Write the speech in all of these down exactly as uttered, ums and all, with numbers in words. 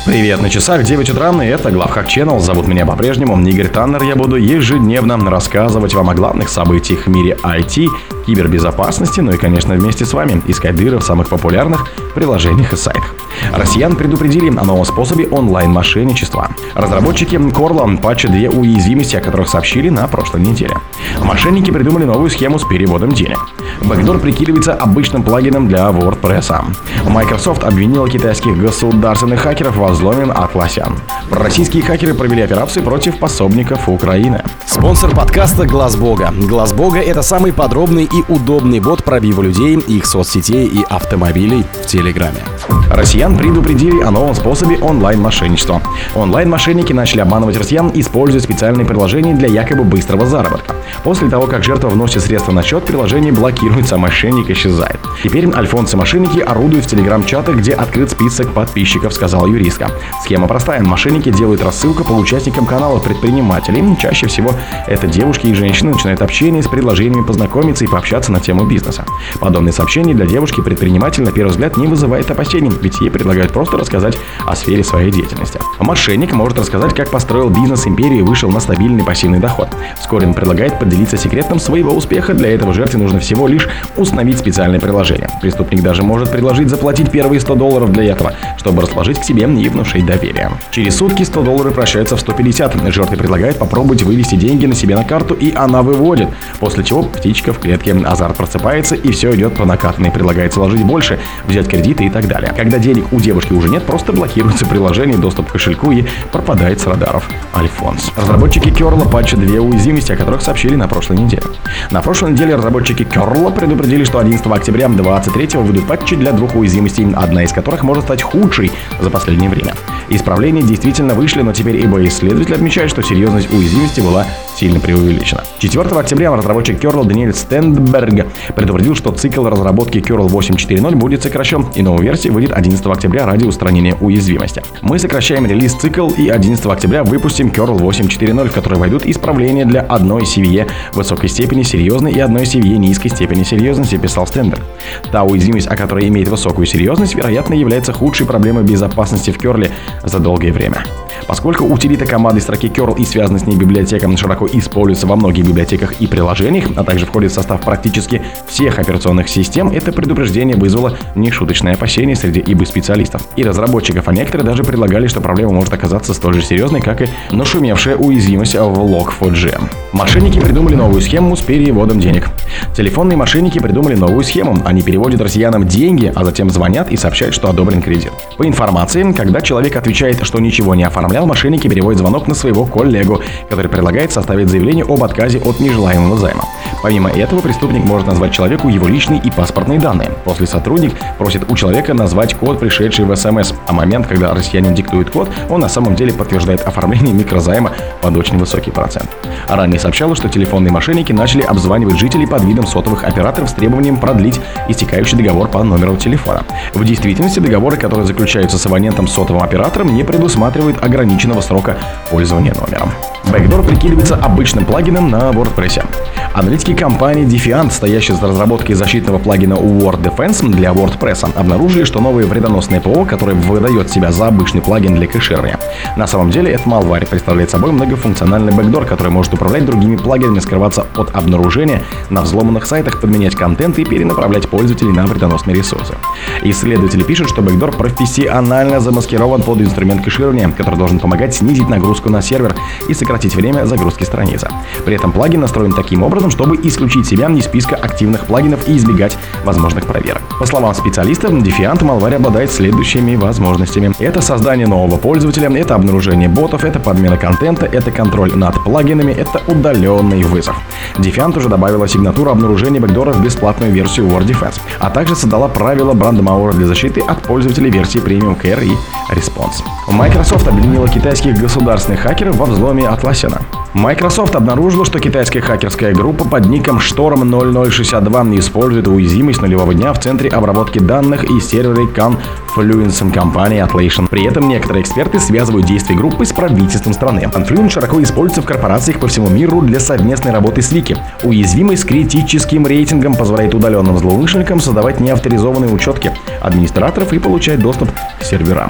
Привет, на часах девять утра, и это Главхак Channel. Зовут меня по-прежнему Игорь Таннер. Я буду ежедневно рассказывать вам о главных событиях в мире ай ти, кибербезопасности, ну и, конечно, вместе с вами искать дыры в самых популярных приложениях и сайтах. Россиян предупредили о новом способе онлайн-мошенничества. Разработчики Корла патчат две уязвимости, о которых сообщили на прошлой неделе. Мошенники придумали новую схему с переводом денег. Бэкдор прикидывается обычным плагином для WordPress. Microsoft обвинила китайских государственных хакеров во взломе Atlassian. Российские хакеры провели операции против пособников Украины. Спонсор подкаста Глаз Бога. Глаз Бога — это самый подробный и удобный бот пробива людей, их соцсетей и автомобилей в Телеграме. Россиян предупредили о новом способе онлайн-мошенничества. Онлайн-мошенники начали обманывать россиян, используя специальные приложения для якобы быстрого заработка. После того, как жертва вносит средства на счет, приложение блокируется, а мошенник исчезает. Теперь альфонсы-мошенники орудуют в телеграм-чатах, где открыт список подписчиков, сказала юристка. Схема простая. Мошенники делают рассылку по участникам канала предпринимателей. Чаще всего это девушки и женщины начинают общение с предложениями познакомиться и пообщаться на тему бизнеса. Подобные сообщения для девушки-предпринимателя на первый взгляд не вызывает опасений, ведь ей предлагают просто рассказать о сфере своей деятельности. Мошенник может рассказать, как построил бизнес-империю и вышел на стабильный пассивный доход. Вскоре он предлагает поделиться секретом своего успеха. Для этого жертве нужно всего лишь установить специальное приложение. Преступник даже может предложить заплатить первые сто долларов для этого, чтобы расположить к себе и внушить доверие. Через сутки сто долларов превращаются в сто пятьдесят. Жертве предлагает попробовать вывести деньги на себе на карту, и она выводит. После чего птичка в клетке, азарт просыпается, и все идет по накатанной. Предлагается вложить больше, взять кредиты и так далее. Когда денег у девушки уже нет, просто блокируется приложение, доступ к кошельку и пропадает с радаров Альфонс. Разработчики Корла патчат две уязвимости, о которых сообщили на прошлой неделе. На прошлой неделе разработчики Корла предупредили, что одиннадцатого октября две тысячи двадцать третьего выйдут патчи для двух уязвимостей, одна из которых может стать худшей за последнее время. Исправления действительно вышли, но теперь и исследователи отмечают, что серьезность уязвимости была сильно преувеличена. четвёртого октября разработчик Curl Даниэль Стендберг предупредил, что цикл разработки Curl восемь четыре ноль будет сокращен, и новая версия выйдет одиннадцатого октября ради устранения уязвимости. Мы сокращаем релиз-цикл и одиннадцатого октября выпустим Curl восемь четыре ноль, в который войдут исправления для одной си ви и высокой степени серьезной и одной си ви и низкой степени серьезности, писал Стендберг. Та уязвимость, о которой имеет высокую серьезность, вероятно, является худшей проблемой безопасности в Curl за долгое время. Поскольку утилита команды строки Curl и связанная с ней библиотека широко используется во многих библиотеках и приложениях, а также входит в состав практически всех операционных систем, это предупреждение вызвало нешуточное опасение среди ай би-специалистов и разработчиков, а некоторые даже предлагали, что проблема может оказаться столь же серьезной, как и нашумевшая уязвимость в лог фор джи. Мошенники придумали новую схему с переводом денег. Телефонные мошенники придумали новую схему. Они переводят россиянам деньги, а затем звонят и сообщают, что одобрен кредит. По информации, когда человек отвечает, что ничего не оформлял, мошенники переводят звонок на своего коллегу, который предлагает составить заявление об отказе от нежелаемого займа. Помимо этого, преступник может назвать человеку его личные и паспортные данные. После сотрудник просит у человека назвать код, пришедший в СМС, а момент, когда россиянин диктует код, он на самом деле подтверждает оформление микрозайма под очень высокий процент. Ранее сообщалось, что телефонные мошенники начали обзванивать жителей под видом сотовых операторов с требованием продлить истекающий договор по номеру телефона. В действительности договоры, которые заключаются с абонентом сотовым оператором, не предусматривают ограниченного срока пользования номером. Бэкдор прикидывается обычным плагином на WordPress. Аналитики компании Defiant, стоящие за разработкой защитного плагина Word Defense для WordPress, обнаружили, что новое вредоносное ПО, которое выдает себя за обычный плагин для кэширования. На самом деле, этот malware представляет собой многофункциональный бэкдор, который может управлять другими плагинами, скрываться от обнаружения на взломанных сайтах, подменять контент и перенаправлять пользователей на вредоносные ресурсы. Исследователи пишут, что бэкдор профессионально замаскирован под инструмент кэширования, который должен помогать снизить нагрузку на сервер и сократить время загрузки страницы. При этом плагин настроен таким образом, чтобы исключить себя из списка активных плагинов и избегать возможных проверок. По словам специалистов, Defiant malware обладает следующими возможностями. Это создание нового пользователя, это обнаружение ботов, это подмена контента, это контроль над плагинами, это удаленный вызов. Defiant уже добавила сигнатуру обнаружения бэкдора в бесплатную версию Word Defense, а также создала правила Brandmauer для защиты от пользователей версии Premium Care и Response. Microsoft обвинила китайских государственных хакеров во взломе Atlassian. Microsoft обнаружила, что китайская хакерская группа под ником Шторм ноль ноль шестьдесят два использует уязвимость нулевого дня в центре обработки данных и сервере Confluence компании Atlassian. При этом некоторые эксперты связывают действия группы с правительством страны. Confluence широко используется в корпорациях по всему миру для совместной работы с Вики. Уязвимость с критическим рейтингом позволяет удаленным злоумышленникам создавать неавторизованные учетки администраторов и получать доступ к серверам.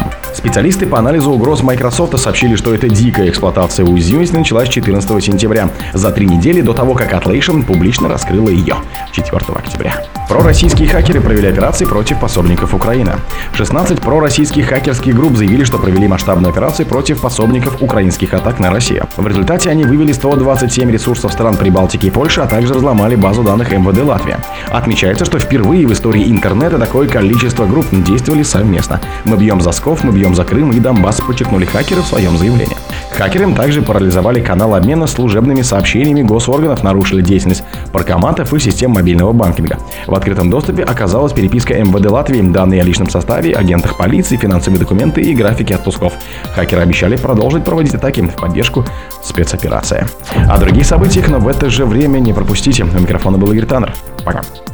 Специалисты по анализу угроз Microsoft сообщили, что эта дикая эксплуатация уязвимости началась четырнадцатого сентября, за три недели до того, как Atlassian публично раскрыла ее четвёртого октября. Пророссийские хакеры провели операции против пособников Украины. шестнадцать пророссийских хакерских групп заявили, что провели масштабную операцию против пособников украинских атак на Россию. В результате они вывели сто двадцать семь ресурсов стран Прибалтики и Польши, а также взломали базу данных эм вэ дэ Латвии. Отмечается, что впервые в истории интернета такое количество групп действовали совместно. «Мы бьем за Псков, мы бьем за Крым и Донбасс», подчеркнули хакеры в своем заявлении. Хакеры также парализовали канал обмена служебными сообщениями госорганов, нарушили деятельность паркоматов и систем мобильного банкинга. В открытом доступе оказалась переписка эм вэ дэ Латвии, данные о личном составе, агентах полиции, финансовые документы и графики отпусков. Хакеры обещали продолжить проводить атаки в поддержку спецоперации. О других событиях, но в это же время не пропустите. У микрофона был Игорь Таннер. Пока.